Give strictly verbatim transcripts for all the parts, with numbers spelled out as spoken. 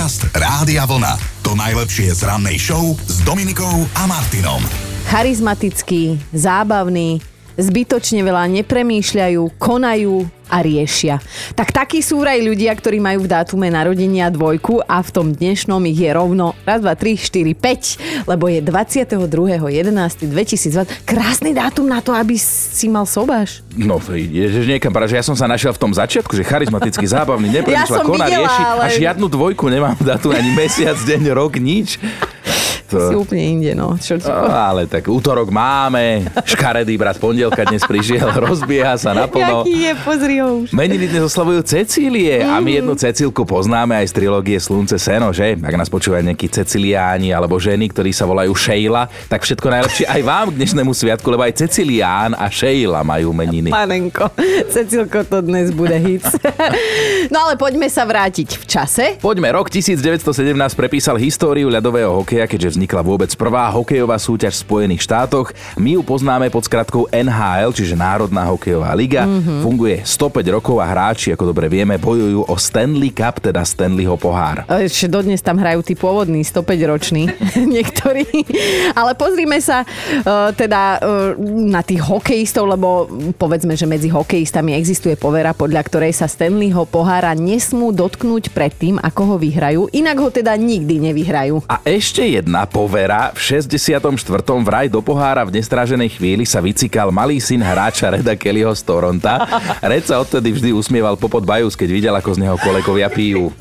Podcast Rádia Vlna. To najlepšie z rannej show s Dominikou a Martinom. Charizmatický, zábavný, zbytočne veľa nepremýšľajú, konajú a riešia. Tak takí sú vraj ľudia, ktorí majú v dátume narodenia dvojku a v tom dnešnom ich je rovno raz, dva, tri, štyri, päť, lebo je dvadsiateho druhého jedenásteho dvetisícdvadsať. Krásny dátum na to, aby si mal sobáš. No, ježiš, niekam práve, že ja som sa našiel v tom začiatku, že charizmatický, zábavný, nepremýšľa, ja koná, videla, rieši ale... a žiadnu dvojku nemám v dátume ani mesiac, deň, rok, nič. To... Si úplne inde, no. Čo ti no ale tak útorok máme, škaredý brat pondelka dnes prišiel, rozbieha sa naplno. Jaký je, pozri ho už. Meniny dnes oslavujú Cecílie mm. a my jednu Cecílku poznáme aj z trilógie Slunce, seno, že? Ak nás počúvajú nejakí Ceciliáni alebo ženy, ktorí sa volajú Sheila, tak všetko najlepšie aj vám k dnešnému sviatku, lebo aj Cecilián a Sheila majú meniny. Panenko, Cecilko, to dnes bude hit. No ale poďme sa vrátiť v čase. Poďme, rok devätnásťsedemnásť prepísal históriu ľadového hokeja, keďže vznikla vôbec prvá hokejová súťaž v Spojených štátoch. My ju poznáme pod skratkou en há el, čiže Národná hokejová liga. Mm-hmm. Funguje stopäť rokov a hráči, ako dobre vieme, bojujú o Stanley Cup, teda Stanleyho pohár. Ešte dodnes tam hrajú tí pôvodní stopäťroční niektorí. Ale pozrime sa uh, teda uh, na tých hokejistov, lebo povedzme, že medzi hokejistami existuje povera, podľa ktorej sa Stanleyho pohára nesmú dotknúť predtým, ako ho vyhrajú. Inak ho teda nikdy nevyhrajú. A ešte jedna povera. V šesťdesiatom štvrtom vraj do pohára v nestráženej chvíli sa vycikal malý syn hráča Reda Kellyho z Toronta. Red sa odtedy vždy usmieval popod bajus, keď videl, ako z neho kolegovia pijú.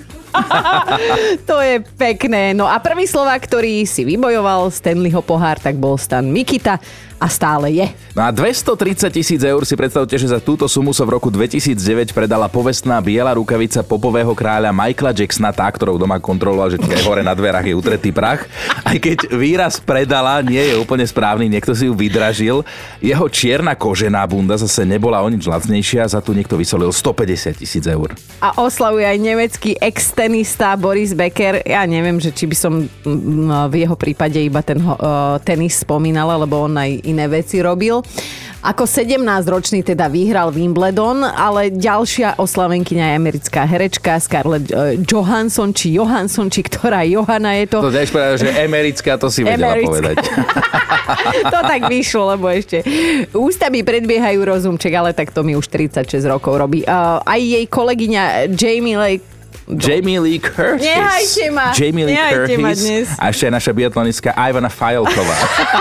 To je pekné. No a prvý Slovák, ktorý si vybojoval Stanleyho pohár, tak bol Stan Mikita a stále je. No a dvestotridsať tisíc eur si predstavte, že za túto sumu sa v roku dvetisícdeväť predala povestná biela rukavica popového kráľa Michaela Jacksona, tá, ktorou doma kontroloval, že aj hore na dverách je utretý prach. Aj keď výraz predala nie je úplne správny, niekto si ju vydražil. Jeho čierna kožená bunda zase nebola o nič lacnejšia, za tu niekto vysolil stopäťdesiat tisíc eur. A oslavuje aj nemecký ex-tenista Boris Becker. Ja neviem, že či by som v jeho prípade iba ten uh, tenis spomínala, lebo on aj iné veci robil. Ako sedemnásťročný teda vyhral Wimbledon, ale ďalšia oslavenkyňa je americká herečka Scarlett Johansson, či Johansson, či ktorá Johana je to. To tiež povedal, že americká, to si vedela americká povedať. To tak vyšlo, lebo ešte ústa mi predbiehajú rozumček, ale tak to mi už tridsaťšesť rokov robí. Uh, aj jej kolegyňa Jamie Lake Jamie Lee Curtis. Nehajte ma. Jamie Lee Nehajte Curtis. ma dnes. A ešte aj naša biatlonistka Ivana Fajlková.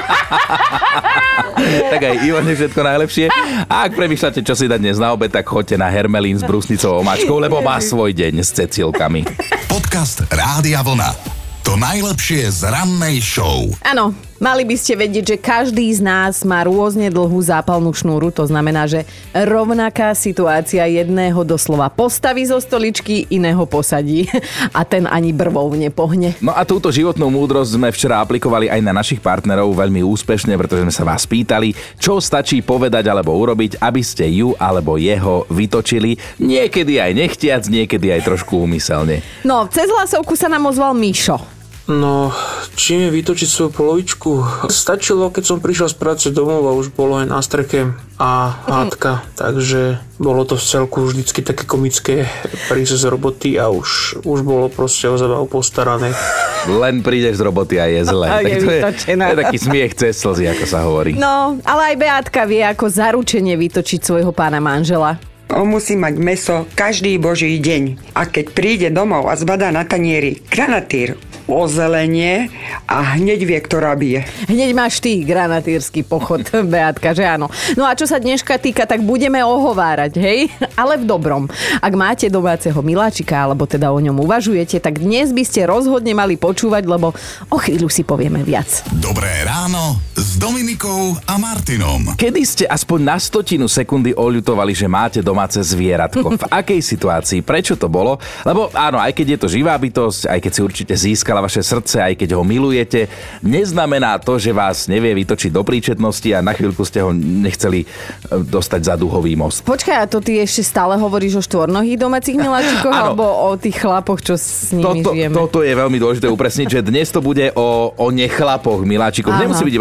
Tak aj Ivane všetko najlepšie. A ak premýšľate, čo si dať dnes na obed, tak choďte na Hermelín s brusnicovou omáčkou, lebo má svoj deň s Cecilkami. Podcast Rádia Vlna. To najlepšie z rannej show. Áno, mali by ste vedieť, že každý z nás má rôzne dlhú zápalnú šnúru. To znamená, že rovnaká situácia jedného doslova postaví zo stoličky, iného posadí. A ten ani brvou nepohne. No a túto životnú múdrosť sme včera aplikovali aj na našich partnerov veľmi úspešne, pretože sme sa vás pýtali, čo stačí povedať alebo urobiť, aby ste ju alebo jeho vytočili. Niekedy aj nechtiac, niekedy aj trošku úmyselne. No, cez hlasovku sa nám ozval Mišo. No, čím je vytočiť svoju polovičku? Stačilo, keď som prišiel z práce domov a už bolo aj na streche a hádka, takže bolo to v celku vždycky také komické prísť z roboty a už, už bolo proste o zábavu postarané. Len prídeš z roboty a je zle. A je tak to, je, vytočená. to je taký smiech cez slzy, ako sa hovorí. No, ale aj Beátka vie, ako zaručene vytočiť svojho pána manžela. On musí mať mäso každý boží deň. A keď príde domov a zbadá na tanieri granatír, ozelenie a hneď vie, ktorá bije. Hneď máš ty granatírsky pochod, Beátka, že áno. No a čo sa dneška týka, tak budeme ohovárať, hej? Ale v dobrom. Ak máte domáceho miláčika, alebo teda o ňom uvažujete, tak dnes by ste rozhodne mali počúvať, lebo o chvíľu si povieme viac. Dobré ráno s Dominikou a Martinom. Kedy ste aspoň na stotinu sekundy oľutovali, že máte domáce zvieratko? V akej situácii? Prečo to bolo? Lebo áno, aj keď je to živá bytosť, aj keď si určite získala vaše srdce, aj keď ho milujete, neznamená to, že vás nevie vytočiť do príčetnosti a na chvíľku ste ho nechceli dostať za duhový most. Počkaj, a to ty ešte stále hovoríš o štvornohých domácich miláčikoch alebo o tých chlapoch, čo s nimi toto, žijeme? Toto je veľmi dôležité upresniť, že dnes to bude o, o nechlapoch miláčikoch. Aha. Nemusí byť iba štvornohý,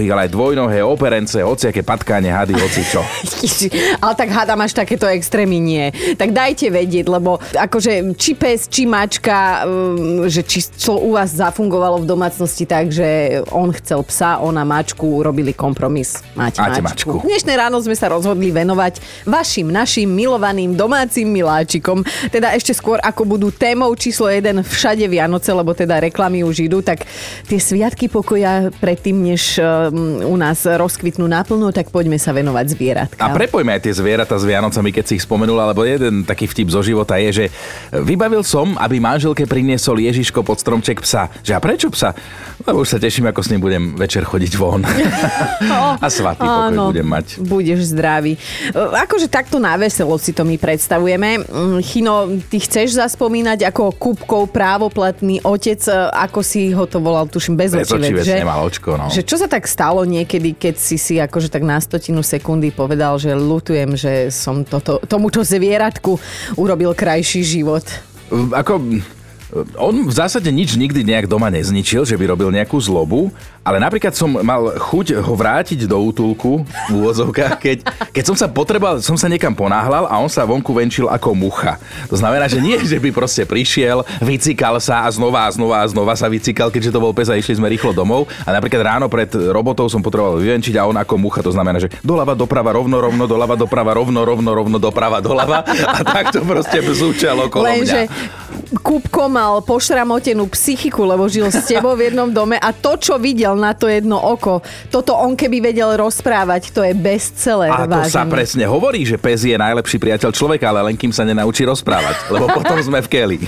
jednonohých, ale aj dvojnohé, operence, hociaké patkáne, hady, hocičo. Ale tak hada máš takéto extrémy, nie. Tak dajte vedieť, lebo akože či pes, či mačka, že či čo u vás zafungovalo v domácnosti tak, že on chcel psa, ona mačku, urobili kompromis. Máte, Máte mačku. mačku. Dnešné ráno sme sa rozhodli venovať vašim, našim milovaným domácim miláčikom. Teda ešte skôr, ako budú témou číslo jeden všade Vianoce, lebo teda reklamy už idú, tak tie sviatky pokoja predtým, než um, u nás rozkvitnú naplno, tak poďme sa venovať zvieratkám. A prepojme aj tie zvieratá s Vianocami, keď si ich spomenula, lebo jeden taký vtip zo života je, že vybavil som, aby manželke priniesol Ježiško pod stromček psa. Že a prečo psa? Lebo už sa teším, ako s ním budem večer chodiť von. A svatý pokoj áno, budem mať. Budeš zdravý. Akože takto na veselo si to my predstavujeme. Chino, ty chceš zaspomínať ako Kupkov právoplatný otec, ako si ho to volal, tuším, bezočivec, že? Nemal očko, no. Že čo sa tak stalo niekedy, keď si si akože tak na stotinu sekundy povedal, že ľutujem, že som toto, tomuto zvieratku urobil krajší život? Ako... On v zásade nič nikdy nejak doma nezničil, že by robil nejakú zlobu, ale napríklad som mal chuť ho vrátiť do útulku v úvodzovkách, keď, keď som sa potreboval, som sa niekam ponáhľal a on sa vonku venčil ako mucha. To znamená, že nie, že by proste prišiel, vycikal sa a znova a znova a znova sa vycikal, keďže to bol pes a išli sme rýchlo domov. A napríklad ráno pred robotou som potreboval vyvenčiť a on ako mucha, to znamená, že doľava, doprava, rovno, rovno, doľava, doprava, rovno, rovno, rovno, doprava, doľava a takto proste bzúčalo okolo Lenže mňa. Kupko mal pošramotenú psychiku, lebo žil s tebou v jednom dome a to, čo videl na to jedno oko, toto on keby vedel rozprávať, to je bestseller. A to vážený. Sa presne hovorí, že pes je najlepší priateľ človeka, ale len kým sa nenaučí rozprávať, lebo potom sme v keli.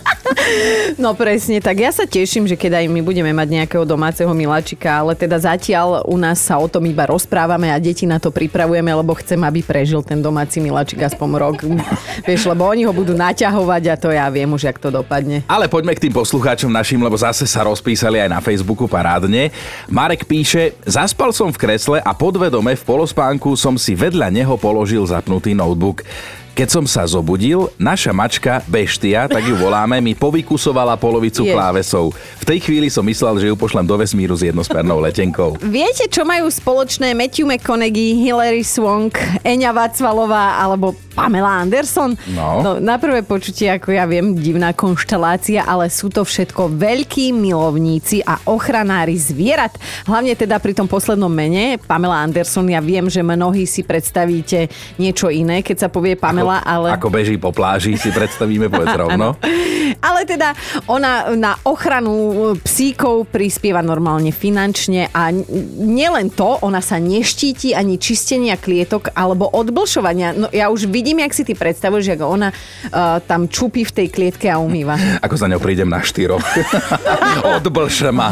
No presne, tak ja sa teším, že keď aj my budeme mať nejakého domáceho miláčika, ale teda zatiaľ u nás sa o tom iba rozprávame a deti na to pripravujeme, lebo chcem, aby prežil ten domáci miláčik aspoň rok. Vieš, lebo oni ho budú naťahovať a to ja viem už, jak to dopadne. Ale poďme k tým poslucháčom našim, lebo zase sa rozpísali aj na Facebooku parádne. Marek píše, zaspal som v kresle a podvedome v polospánku som si vedľa neho položil zapnutý notebook. Keď som sa zobudil, naša mačka, Beštia, tak ju voláme, mi povykusovala polovicu Je. klávesov. V tej chvíli som myslel, že ju pošlem do vesmíru s jednosmernou letenkou. Viete, čo majú spoločné Matthew McConaughey, Hilary Swank, Eňa Vacvalová alebo Pamela Anderson? No. no. Na prvé počutie, ako ja viem, divná konštelácia, ale sú to všetko veľkí milovníci a ochranári zvierat. Hlavne teda pri tom poslednom mene, Pamela Anderson, ja viem, že mnohí si predstavíte niečo iné, keď sa povie Pamela. Ako, ale... ako beží po pláži, si predstavíme, povedz rovno. Ale teda ona na ochranu psíkov prispieva normálne finančne a nielen to, ona sa neštíti ani čistenia klietok alebo odblšovania. No ja už vidím, jak si ty predstavuješ, ako ona uh, tam čupí v tej klietke a umýva. Ako za ňou prídem na štyroch. Odblš ma.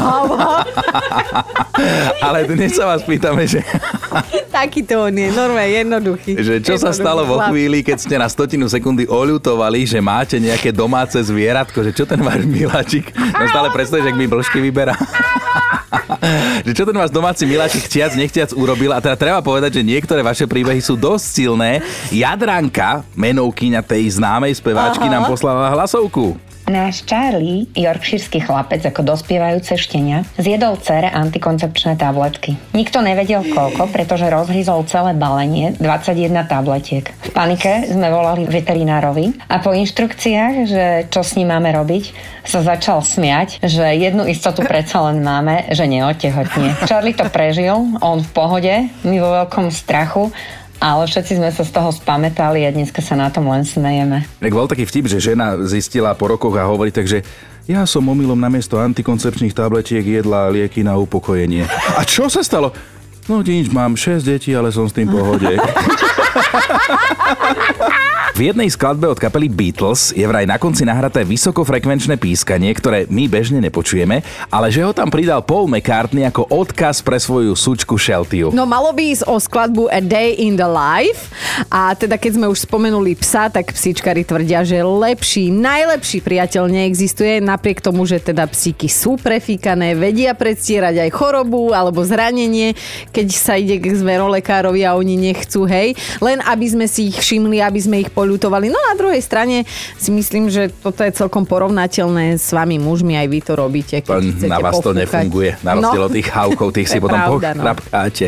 Ale dnes sa vás pýtame, že... Takýto on je, normálne jednoduchý. Že čo jednoduchý sa stalo vo chvíli, keď ste na stotinu sekundy oľutovali, že máte nejaké domáce zvieratko, že čo ten váš miláčik, no stále predstavíš, ak mi blžky vyberá. Že čo ten váš domáci miláčik chtiac, nechtiac urobil. A teda treba povedať, že niektoré vaše príbehy sú dosť silné. Jadranka, menovkyňa tej známej speváčky, Aha. nám poslala hlasovku. Náš Charlie, yorkshírsky chlapec ako dospievajúce štenia, zjedol dcere antikoncepčné tabletky. Nikto nevedel koľko, pretože rozhryzol celé balenie dvadsaťjeden tabletiek. V panike sme volali veterinárovi a po inštrukciách, že čo s ním máme robiť, sa začal smiať, že jednu istotu predsa len máme, že neotehotnie. Charlie to prežil, on v pohode, my vo veľkom strachu, ale všetci sme sa z toho spamätali a dneska sa na tom len smejeme. Jak bol taký vtip, že žena zistila po rokoch a hovorí tak, že ja som omylom namiesto antikoncepčných tabletiek jedla lieky na upokojenie. A čo sa stalo? No nič, mám šesť detí, ale som s tým pohode. V jednej skladbe od kapely Beatles je vraj na konci nahraté vysokofrekvenčné pískanie, ktoré my bežne nepočujeme, ale že ho tam pridal Paul McCartney ako odkaz pre svoju sučku Sheltiu. No malo by ísť o skladbu A Day in the Life a teda keď sme už spomenuli psa, tak psíčkari tvrdia, že lepší, najlepší priateľ neexistuje, napriek tomu, že teda psíky sú prefíkané, vedia predstierať aj chorobu alebo zranenie, keď sa ide k zverolekárovi a oni nechcú, hej, len aby sme si ich všimli, aby sme ich počuli oľutovali. No na druhej strane si myslím, že toto je celkom porovnateľné s vami mužmi, aj vy to robíte, keď chcete Na vás pofúkať. to nefunguje, na rozdiel No. od tých chavkov, tých si potom pochrapkáte.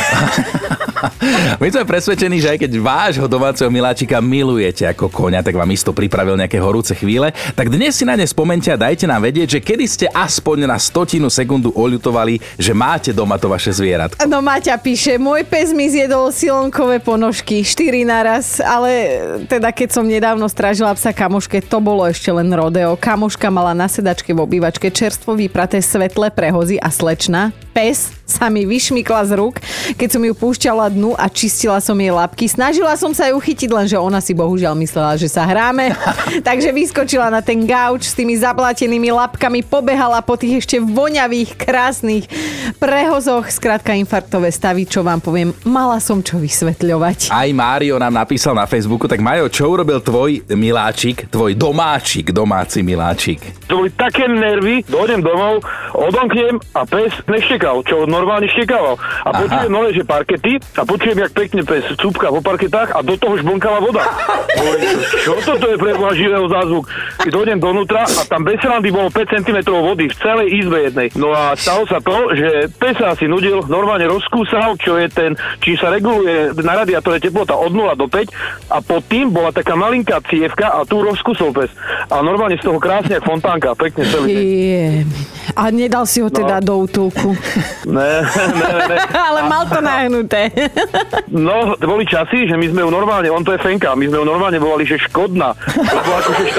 My sme presvedčení, že aj keď vášho domáceho miláčika milujete ako koňa, tak vám isto pripravil nejaké horúce chvíle, tak dnes si na ne spomente a dajte nám vedieť, že kedy ste aspoň na stotinu sekundu oľutovali, že máte doma to vaše zvieratko. No Maťa píše, môj pes mi zjedol silonkové ponožky, štyri naraz, ale teda keď som nedávno strážila psa kamoške, to bolo ešte len rodeo. Kamoška mala na sedačke v obývačke čerstvo vypraté svetlé prehozy a slečna, pes sa mi vyšmykla z rúk, keď som ju púšťala dnu a čistila som jej labky. Snažila som sa ju chytiť, lenže ona si bohužiaľ myslela, že sa hráme. Takže vyskočila na ten gauč s tými zablatenými labkami, pobehala po tých ešte voňavých, krásnych prehozoch. Skrátka infarktové stavy, čo vám poviem, mala som čo vysvetľovať. Aj Mário nám napísal na Facebooku, tak Majo, čo urobil tvoj miláčik, tvoj domáčik, domáci miláčik? To boli také nervy, dojdem domov, odomknem a pes neštekal, čo normálne štekával. A počujem nové, že parkety a počujem, jak pekne pes cúpka po parketách a do toho žblnkala voda. Hovorím, čo toto je pre Boha živého zázvuk? I dojdem donútra a tam bez randy bolo päť centimetrov vody v celej izbe jednej. No a stalo sa to, že pes sa asi nudil, normálne rozkúsal, čo je ten, či sa reguluje na radiátore teplota od nula do päť a pod tým bola taká malinká cievka a tu rozkusol pes. A normálne z toho krásne jak fontánka, pekne celý deň. Je. A nedal si ho teda No. do útulku. Ne, ne, ne. Ale mal to nahnuté. No, boli časy, že my sme ju normálne, on to je fenka, my sme ju normálne volali, že škodná. Lebo akože, šta...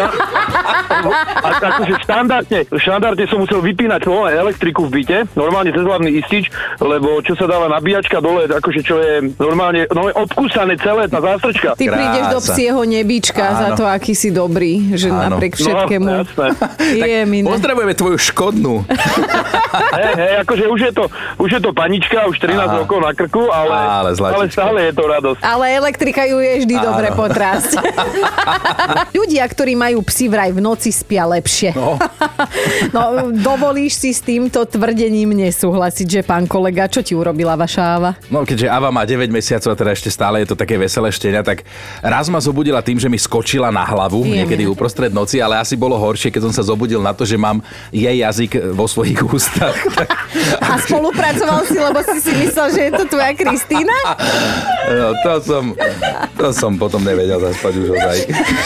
a, akože štandardne, štandardne som musel vypínať vole, elektriku v byte, normálne cez hlavný istič, lebo čo sa dáva nabíjačka dole, akože čo je normálne, no je obkúsané celé, tá zástrčka. Ty prídeš do Krása. psieho nebíčka Áno. za to, aký si dobrý, že Áno. napriek No, všetkému. jasné. Je mi ne. Pozdravujeme tvoju škodnú. Hej, hej, akože už je to, už je to panička, už trinásť Aha. rokov na krku, ale, Ale zlatička. ale stále je to radosť. Ale elektrika ju je vždy Áno. dobre potrásť. Ľudia, ktorí majú psi, vraj v noci spia lepšie. No. No, dovolíš si s týmto tvrdením nesúhlasiť, že pán kolega, čo ti urobila vaša Ava? No keďže Ava má deväť mesiacov a teda ešte stále je to také veselé štenia, tak raz ma zobudila tým, že mi skočila na hlavu Jeme. niekedy uprostred noci, ale asi bolo horšie, keď som sa zobudil na to, že mám jej jazyk vo svojich ústach. Tak, A spolupracoval si, lebo si si myslel, že je to tvoja Kristína? no, to som, to som potom nevedel zaspať už ozaj.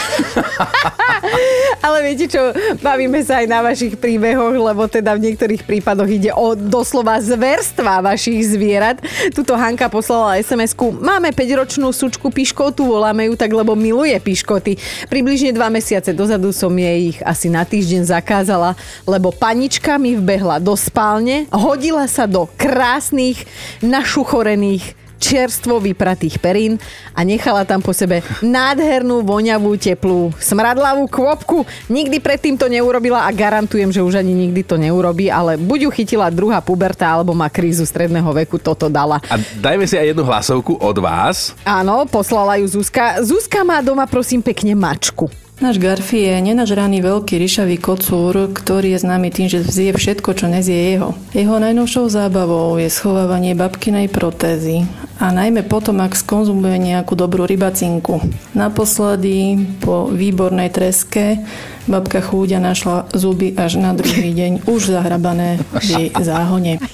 Ale viete čo, bavíme sa aj na vašich príbehoch, lebo teda v niektorých prípadoch ide o doslova zverstva vašich zvierat. Tuto Hanka poslala es em esku. Máme päťročnú sučku piškotu, voláme ju tak, lebo miluje piškoty. Približne dva mesiace dozadu som jej ich asi na týždeň zakázala, lebo panička mi vbehla do spálne, hodila sa do krásnych, našuchorených čerstvo vypratých perín a nechala tam po sebe nádhernú, voňavú, teplú, smradlavú kvopku. Nikdy predtým to neurobila a garantujem, že už ani nikdy to neurobí, ale buď ju chytila druhá puberta, alebo má krízu stredného veku, toto dala. A dajme si aj jednu hlasovku od vás. Áno, poslala ju Zuzka. Zuzka má doma, prosím, pekne mačku. Náš Garfi je nenažraný veľký ryšavý kocúr, ktorý je známy tým, že zje všetko, čo nezie jeho. Jeho najnovšou zábavou je schovávanie babkinej protézy a najmä potom, ak skonzumuje nejakú dobrú rybacinku. Naposledy po výbornej treske babka Chúďa našla zuby až na druhý deň, už zahrabané v záhone.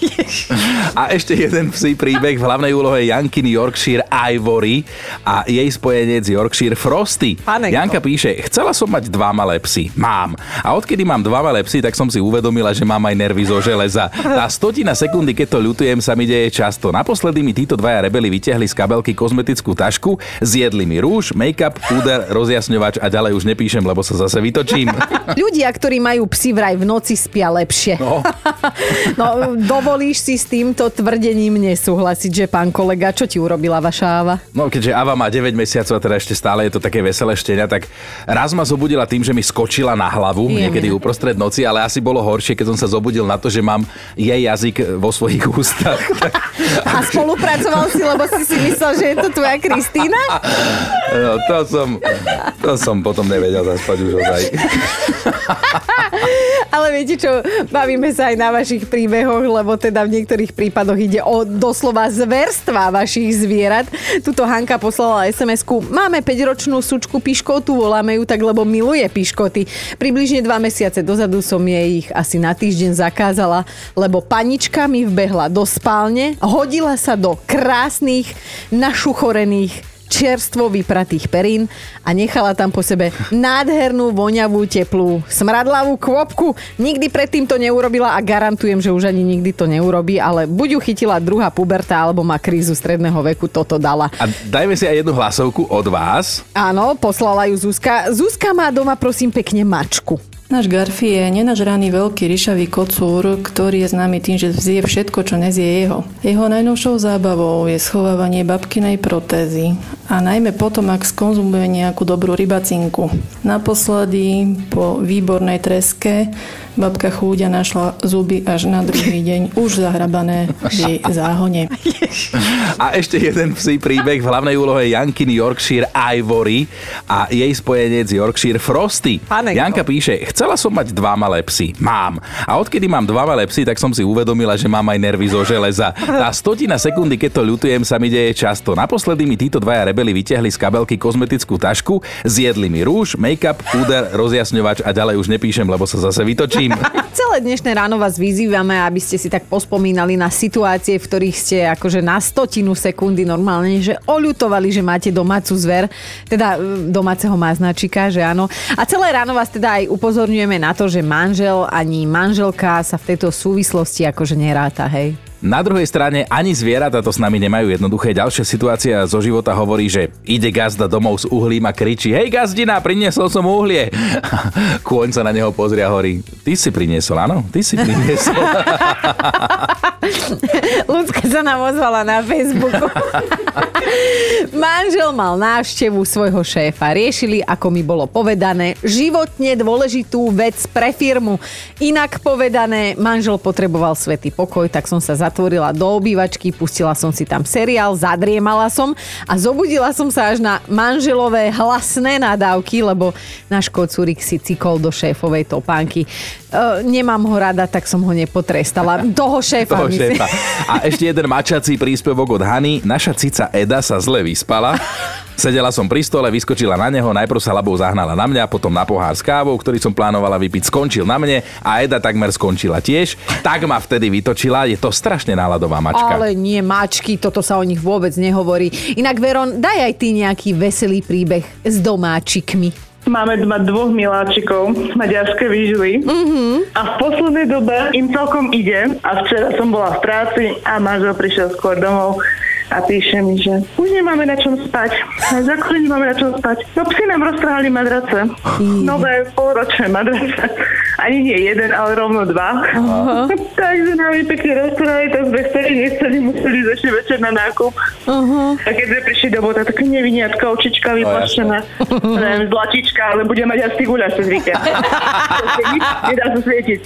A ešte jeden psí príbeh v hlavnej úlohe Jankin Yorkshire Ivory a jej spojenec Yorkshire Frosty. Panenko. Janka píše, chcela som mať dva malé psy. Mám. A odkedy mám dva malé psy, tak som si uvedomila, že mám aj nervy zo železa. Tá stotina sekundy, keď to ľutujem, sa mi deje často. Naposledy mi títo dvaja rebeli vyťahli z kabelky kozmetickú tašku, zjedli mi rúž, make-up, púder, rozjasňovač a ďalej už nepíšem, lebo sa zase vytočím. Ľudia, ktorí majú psi, vraj v noci spia lepšie. No. No, dovolíš si s týmto tvrdením nesúhlasiť, že pán kolega, čo ti urobila vaša Ava? No keďže Ava má deväť mesiacov a teda ešte stále je to také veselé štenia, tak raz ma zobudila tým, že mi skočila na hlavu Jeme. niekedy uprostred noci, ale asi bolo horšie, keď som sa zobudil na to, že mám jej jazyk vo svojich ústach. Tak, A spolupracoval si, lebo si si myslel, že je to tvoja Kristína? no, to som, to som potom nevedel zaspať už ozaj. Ale viete čo, bavíme sa aj na vašich príbehoch, lebo teda v niektorých prípadoch ide o doslova zverstva vašich zvierat. Tuto Hanka poslala es em esku. Máme päťročnú sučku piškotu, voláme ju tak, lebo miluje piškoty. Približne dva mesiace dozadu som jej ich asi na týždeň zakázala, lebo panička mi vbehla do spálne, hodila sa do krásnych, našuchorených čerstvo vypratých perín a nechala tam po sebe nádhernú, voňavú, teplú, smradlavú kvopku. Nikdy predtým to neurobila a garantujem, že už ani nikdy to neurobí, ale buď ju chytila druhá puberta, alebo má krízu stredného veku, toto dala. A dajme si aj jednu hlasovku od vás. Áno, poslala ju Zuzka. Zuzka má doma, prosím, pekne mačku. Náš Garfi je nenažraný veľký ryšavý kocúr, ktorý je známy tým, že zje všetko, čo nezie jeho. Jeho najnovšou zábavou je schovávanie babkinej protézy a najmä potom, ak skonzumuje nejakú dobrú rybacinku. Naposledy po výbornej treske babka Chúďa našla zuby až na druhý deň, už zahrabané v jej záhone. A ešte jeden psí príbeh v hlavnej úlohe Jankin Yorkshire Ivory a jej spojenec Yorkshire Frosty. Panenko. Janka píše, chcela som mať dva malé psy. Mám. A odkedy mám dva malé psy, tak som si uvedomila, že mám aj nervy zo železa. Tá stotina sekundy, keď to ľutujem, sa mi deje často. Naposledy mi títo dvaja rebeli vyťahli z kabelky kozmetickú tašku, zjedli mi rúž, make-up, púder, rozjasňovač a ďalej už nepíšem, lebo sa zase vytočím. Celé dnešné ráno vás vyzývame, aby ste si tak pospomínali na situácie, v ktorých ste akože na stotinu sekundy normálne, že oľutovali, že máte domácu zver, teda domáceho maznačika, že áno. A celé ráno vás teda aj upozorňujeme na to, že manžel ani manželka sa v tejto súvislosti akože neráta, hej. Na druhej strane ani zvieratá to s nami nemajú jednoduché. Ďalšia situácia zo života hovorí, že ide gazda domov s uhlím a kričí: hej gazdina, priniesol som uhlie. Kôň sa na neho pozrie a hovorí: ty si priniesol, áno? Ty si priniesol. Ľudská sa nám ozvala na Facebooku. Manžel mal návštevu svojho šéfa. Riešili, ako mi bolo povedané, životne dôležitú vec pre firmu. Inak povedané, manžel potreboval svätý pokoj, tak som sa zatvorila do obývačky, pustila som si tam seriál, zadriemala som a zobudila som sa až na manželové hlasné nadávky, lebo náš kocúrik si cikol do šéfovej topánky. E, nemám ho rada, tak som ho nepotrestala. Toho šéfa. Toho šéfa. A ešte jeden mačací príspevok od Hany. Naša cica Eda sa zle vyspala. Sedela som pri stole, vyskočila na neho, najprv sa labou zahnala na mňa, potom na pohár s kávou, ktorý som plánovala vypiť, skončil na mne a Eda takmer skončila tiež. Tak ma vtedy vytočila, je to strašne náladová mačka. Ale nie mačky, toto sa o nich vôbec nehovorí. Inak Veron, daj aj ty nejaký veselý príbeh s domáčikmi. Máme doma dvoch miláčikov, maďarské výživy. Mm-hmm. A v poslednej dobe im celkom ide. A včera som bola v práci a manžel prišiel skôr domov a píše mi, že už nemáme na čom spať. A za akože nemáme na čom spať. No psi nám roztrhali madrace. Mm. Nové polročné madrace. Ani nie jeden, ale rovno dva. Uh-huh. Takže nám ich pekne roztrhali, tak sme chceli, nechceli, museli začať večer na nákup. Uh-huh. A keď sme prišli domov, tak taká neviniatka, očička vyplašená. No, neviem, zlačička, ale bude mať asi guľa cez víkend. Nedá sa svietiť.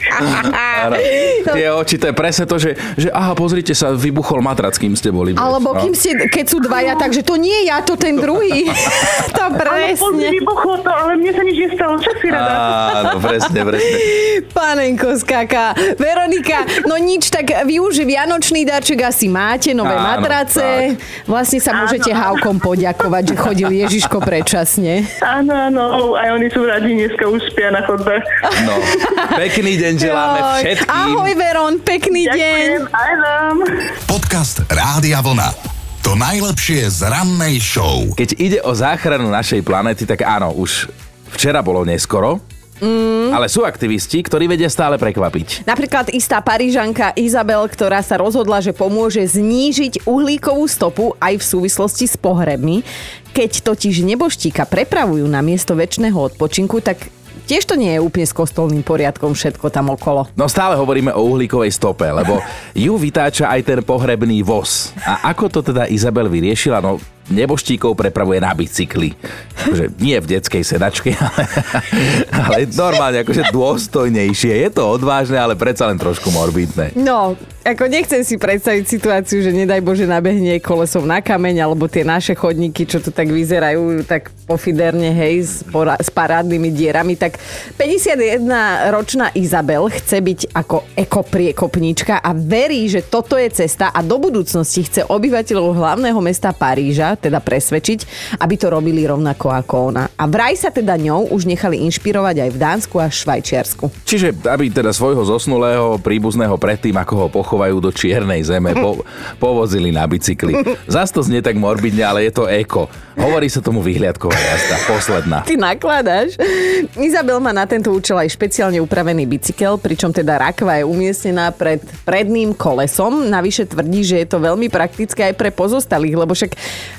Tie oči, to je presne to, že, že aha, pozrite sa, vybuchol matrac, kým ste boli. Alebo kým ste, keď sú dvaja, takže to nie ja, to ten druhý. To presne. Ale pozri, vybuchlo to, ale mne sa nič nestalo. Čak si rada. Áno, presne, presne. Panenko skáka. Veronika, no nič, tak vy už vianočný darček asi máte, nové áno, matrace. Tak. Vlastne sa môžete áno. Hávkom poďakovať, že chodil Ježiško predčasne. Áno, áno, aj oni sú radi, dneska už spia na chodbe. No, pekný deň želáme všetkým. Ahoj Veron, pekný Ďakujem, deň. aj vám. Podcast Rádia Vlna. To najlepšie z rannej show. Keď ide o záchranu našej planéty, tak áno, už včera bolo neskoro. Mm. Ale sú aktivisti, ktorí vedia stále prekvapiť. Napríklad istá Parížanka Izabel, ktorá sa rozhodla, že pomôže znížiť uhlíkovú stopu aj v súvislosti s pohrebmi. Keď totiž neboštíka prepravujú na miesto večného odpočinku, tak tiež to nie je úplne s kostolným poriadkom všetko tam okolo. No stále hovoríme o uhlíkovej stope, lebo ju vytáča aj ten pohrebný voz. A ako to teda Izabel vyriešila? No neboštíkov prepravuje na bicykli. Akože nie v detskej sedačke, ale, ale normálne akože dôstojnejšie. Je to odvážne, ale predsa len trošku morbidné. No, ako nechcem si predstaviť situáciu, že nedaj Bože nabehne kolesom na kameň, alebo tie naše chodníky, čo tu tak vyzerajú tak pofiderne, hej, s, pora- s parádnymi dierami. Tak päťdesiatjedenročná Izabel chce byť ako ekopriekopníčka a verí, že toto je cesta a do budúcnosti chce obyvateľov hlavného mesta Paríža teda presvedčiť, aby to robili rovnako ako ona. A vraj sa teda ňou už nechali inšpirovať aj v Dánsku a Švajčiarsku. Čiže aby teda svojho zosnulého príbuzného predtým, ako ho pochovajú do čiernej zeme, po, povozili na bicykli. Zas to znie tak morbidne, ale je to eko. Hovorí sa tomu vyhliadková jazda, posledná. Ty nakladáš? Izabel má na tento účel aj špeciálne upravený bicykel, pričom teda rakva je umiestnená pred predným kolesom. Navyše tvrdí, že je to veľmi praktické aj pre pozostalých, lebo však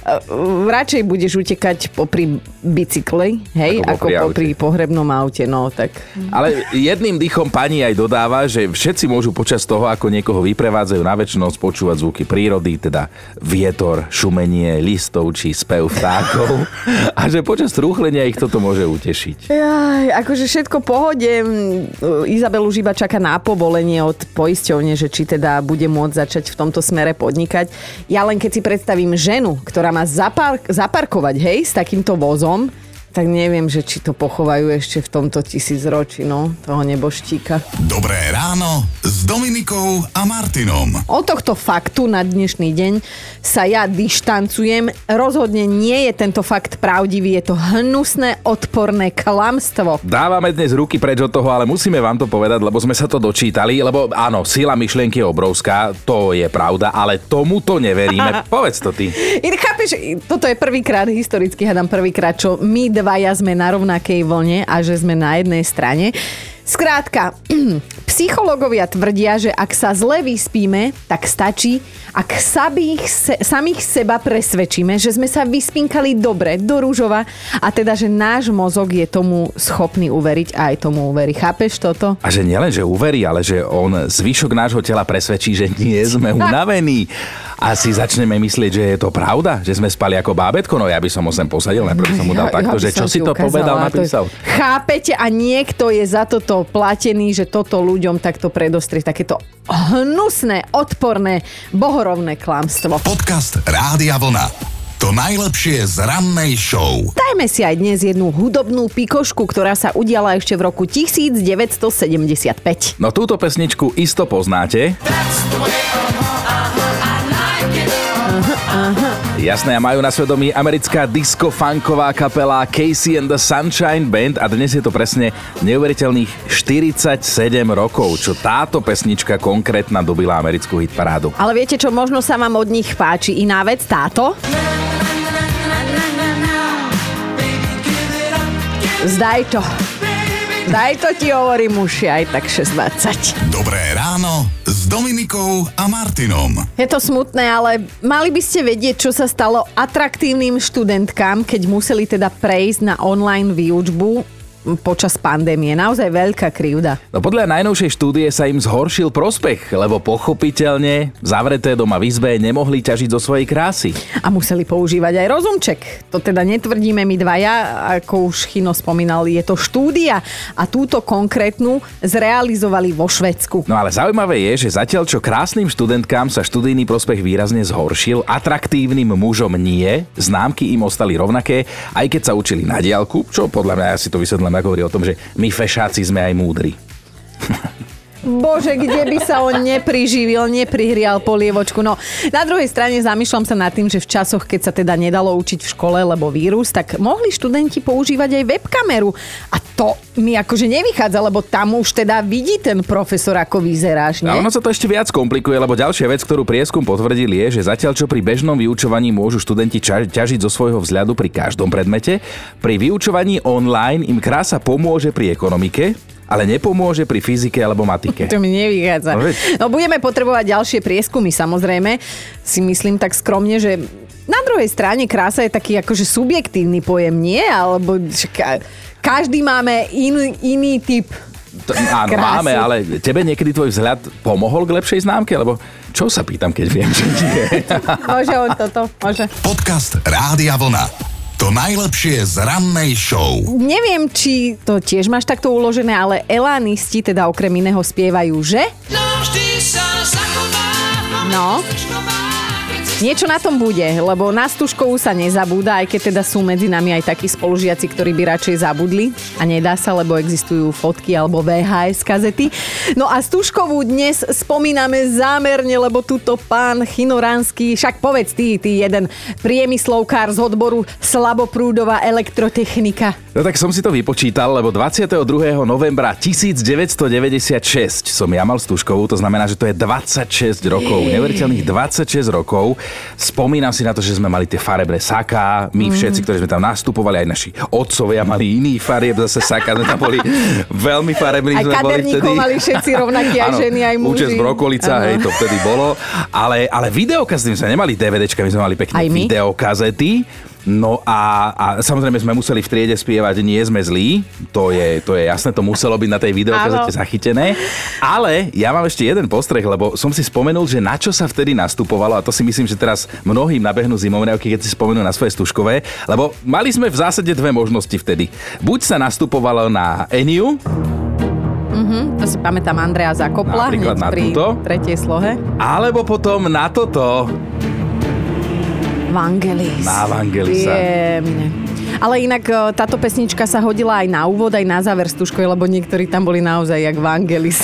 uh, radšej budeš utekať popri bicykli, hej, ako, ako popri, popri pohrebnom aute, no tak. Ale jedným dýchom pani aj dodáva, že všetci môžu počas toho, ako niekoho vyprevádzajú na večnosť, počúvať zvuky prírody, teda vietor, šumenie listov či spev vtákov a že počas trúchlenia ich toto môže utešiť. Jaj, akože všetko pohode. Izabel už iba čaká na povolenie od poisťovne, že či teda bude môcť začať v tomto smere podnikať. Ja len keď si predstavím ženu, ktorá má zapar- zaparkovať, hej, s takýmto vozom, tak neviem, že či to pochovajú ešte v tomto tisícročí, no, toho neboštíka. Dobré ráno s Dominikou a Martinom. Od tohto faktu na dnešný deň sa ja dištancujem. Rozhodne nie je tento fakt pravdivý, je to hnusné, odporné klamstvo. Dávame dnes ruky preč od toho, ale musíme vám to povedať, lebo sme sa to dočítali, lebo áno, sila myšlienky je obrovská, to je pravda, ale tomu to neveríme. Povedz to ty. I chápeš, toto je prvýkrát, historicky hádam prvýkrát, čo my dvaja sme na rovnakej vlne a že sme na jednej strane. Skrátka, psychológovia tvrdia, že ak sa zle vyspíme, tak stačí, ak samých, se, samých seba presvedčíme, že sme sa vyspinkali dobre, do rúžova a teda, že náš mozog je tomu schopný uveriť a aj tomu uverí. Chápeš toto? A že nielen, že uverí, ale že on zvyšok nášho tela presvedčí, že nie sme unavení. A si začneme myslieť, že je to pravda, že sme spali ako bábätko. No ja by som ho sem posadil, najprv som mu dal ja, takto, ja že čo si to ukázala, povedal, napísal. To... Chápete? A niekto je za toto platený, že toto ľuďom takto predostrie, takéto hnusné, odporné, bohorovné klamstvo. Podcast Rádia Vlna. To najlepšie z rannej show. Dajme si aj dnes jednu hudobnú pikošku, ktorá sa udiala ešte v roku devätnásťsedemdesiatpäť. No túto pesničku isto poznáte. Aha. Jasné, majú na svedomí americká disco-funková kapela Casey and the Sunshine Band a dnes je to presne neuveriteľných štyridsaťsedem rokov, čo táto pesnička konkrétna dobila americkú hitparádu. Ale viete čo, možno sa vám od nich páči iná vec, táto? Zdaj to. Daj to ti hovorím už aj tak šesť dvadsať. Dobré ráno s Dominikou a Martinom. Je to smutné, ale mali by ste vedieť, čo sa stalo atraktívnym študentkám, keď museli teda prejsť na online výučbu počas pandémie. Naozaj veľká krivda. No podľa najnovšej štúdie sa im zhoršil prospech, lebo pochopiteľne zavreté doma v izbe nemohli ťažiť zo svojej krásy. A museli používať aj rozumček. To teda netvrdíme my dvaja, ako už Chino spomínal, je to štúdia a túto konkrétnu zrealizovali vo Švédsku. No ale zaujímavé je, že zatiaľ čo krásnym študentkám sa študijný prospech výrazne zhoršil, atraktívnym mužom nie, známky im ostali rovnaké, aj keď sa učili na diaľku, čo podľa mňa asi to vysvetlím, ako hovorí o tom, že my fešáci sme aj múdri. Bože, kde by sa on nepriživil, neprihrial polievočku. No, na druhej strane zamýšľam sa nad tým, že v časoch, keď sa teda nedalo učiť v škole, lebo vírus, tak mohli študenti používať aj webkameru. A to mi akože nevychádza, lebo tam už teda vidí ten profesor, ako vyzeráš, nie? A ono sa to ešte viac komplikuje, lebo ďalšia vec, ktorú prieskum potvrdil, je, že zatiaľ čo pri bežnom vyučovaní môžu študenti ča- ťažiť zo svojho vzhľadu pri každom predmete, pri vyučovaní online im krása pomôže pri ekonomike, ale nepomôže pri fyzike alebo matike. To mi nevychádza. No, no budeme potrebovať ďalšie prieskumy, samozrejme. Si myslím tak skromne, že na druhej strane krása je taký akože subjektívny pojem, nie? Alebo ka- každý máme in, iný typ To, áno, Krásy. máme, ale tebe niekedy tvoj vzhľad pomohol k lepšej známke? Lebo čo sa pýtam, keď viem, že nie? Môže on toto, môže. Podcast Rádia Vlna. To najlepšie z rannej show. Neviem, či to tiež máš takto uložené, ale elánisti teda okrem iného spievajú, že? No. Niečo na tom bude, lebo na Stužkovú sa nezabúda, aj keď teda sú medzi nami aj takí spolužiaci, ktorí by radšej zabudli. A nedá sa, lebo existujú fotky alebo vé há es kazety. No a Stužkovú dnes spomíname zámerne, lebo tuto pán Chinoránsky, však povedz ty, ty jeden priemyslovkár z odboru slaboprúdová elektrotechnika. No tak som si to vypočítal, lebo dvadsiateho druhého novembra tisícdeväťstodeväťdesiatšesť som ja mal Stužkovú, to znamená, že to je dvadsaťšesť rokov, neuveriteľných dvadsaťšesť rokov. Spomínam si na to, že sme mali tie farebné saká, my všetci, ktorí sme tam nastupovali, aj naši otcovia mali iný farieb, zase saká, sme tam boli veľmi farební. Aj kaderníkov mali všetci rovnakí, aj ženy, aj muži. Účest brokolica, hej, to vtedy bolo. Ale, ale videokazety, my sme nemali DVDčka, my sme mali pekné videokazety. No a, a samozrejme sme museli v triede spievať Nie sme zlí, to je, to je jasné, to muselo byť na tej videokazete zachytené. Ale ja mám ešte jeden postreh, lebo som si spomenul, že na čo sa vtedy nastupovalo, a to si myslím, že teraz mnohým nabehnú zimomriavky, keď si spomenú na svoje Stužkové, lebo mali sme v zásade dve možnosti vtedy. Buď sa nastupovalo na Eniu, Mhm, to si pamätám Andrea Zakopla, napríklad na pri túto tretej slohe. Alebo potom na toto. Vangelis. Na Vangelisa. Jemne. Ale inak táto pesnička sa hodila aj na úvod, aj na záver Stužkovej, lebo niektorí tam boli naozaj jak Vangelis.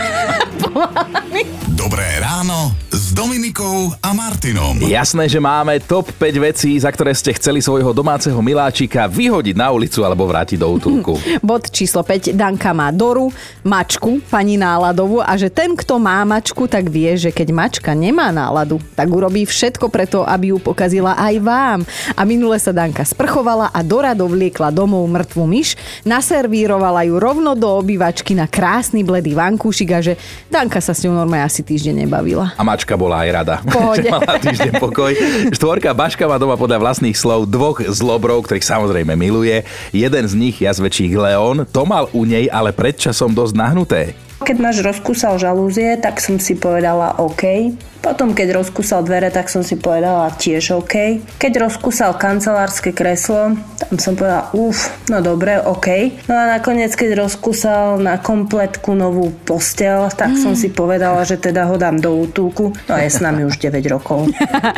Dobré ráno s Dominikou a Martinom. Jasné, že máme top päť vecí, za ktoré ste chceli svojho domáceho miláčika vyhodiť na ulicu alebo vrátiť do útulku. Bod číslo päť. Danka má Doru, mačku, pani Náladovú, a že ten, kto má mačku, tak vie, že keď mačka nemá náladu, tak urobí všetko preto, aby ju pokazila aj vám. A minule sa Danka sprchovala a Dora dovliekla domov mŕtvu myš, naservírovala ju rovno do obývačky na krásny bledý vankúšik a že Danka sa s ňou normálne asi týždeň nebavila. A mačka bola aj rada. Pohode. Mala týždeň pokoj. Štvorka Baška má doma podľa vlastných slov dvoch zlobrov, ktorých samozrejme miluje. Jeden z nich, jazvečík Leon, to mal u nej ale predčasom dosť nahnuté. Keď máš rozkúsal žalúzie, tak som si povedala OK. Potom, keď rozkúsal dvere, tak som si povedala tiež OK. Keď rozkúsal kancelárske kreslo, tam som povedala uf, no dobre, OK. No a nakoniec, keď rozkúsal na kompletku novú posteľ, tak som si povedala, že teda ho dám do útulku. No a je s nami už deväť rokov.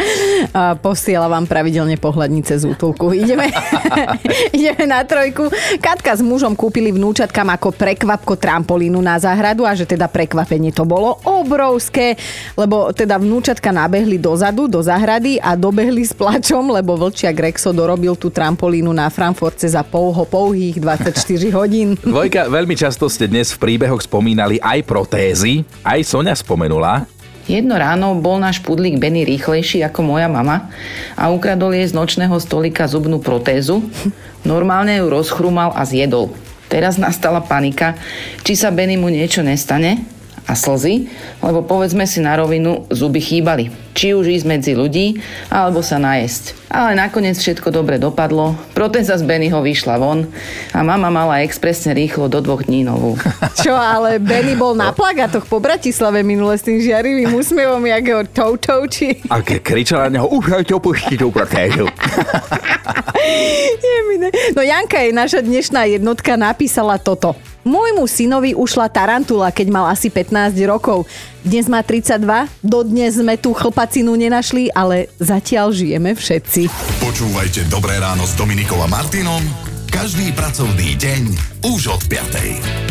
A posiela vám pravidelne pohľadnice z útulku. Ideme, ideme na trojku. Katka s mužom kúpili vnúčatkám ako prekvapko trampolínu na záhradu a že teda prekvapenie to bolo obrovské, lebo teda vnúčatka nabehli dozadu, do záhrady a dobehli s plačom, lebo vlčiak Rexo dorobil tú trampolínu na Frankfurtce za pouho pouhých dvadsaťštyri hodín. Dvojka, veľmi často ste dnes v príbehoch spomínali aj protézy. Aj Soňa spomenula. Jedno ráno bol náš pudlík Benny rýchlejší ako moja mama a ukradol jej z nočného stolika zubnú protézu. Normálne ju rozchrúmal a zjedol. Teraz nastala panika, či sa Bennymu niečo nestane, a slzy, lebo povedzme si na rovinu, zuby chýbali. Či už ísť medzi ľudí, alebo sa najesť. Ale nakoniec všetko dobre dopadlo, protéza z Bennyho vyšla von a mama mala expresne rýchlo do dvoch dní novú. Čo, ale Benny bol na plagátoch po Bratislave minule s tým žiarivým úsmevom, jak ho tou-tou, či... A kričala na neho, už aj to puští tú protézu. No Janka je naša dnešná jednotka, napísala toto. Môjmu synovi ušla tarantula, keď mal asi pätnásť rokov. Dnes má tridsaťdva, dodnes sme tú chlpacinu nenašli, ale zatiaľ žijeme všetci. Počúvajte Dobré ráno s Dominikou a Martinom každý pracovný deň už od piatej.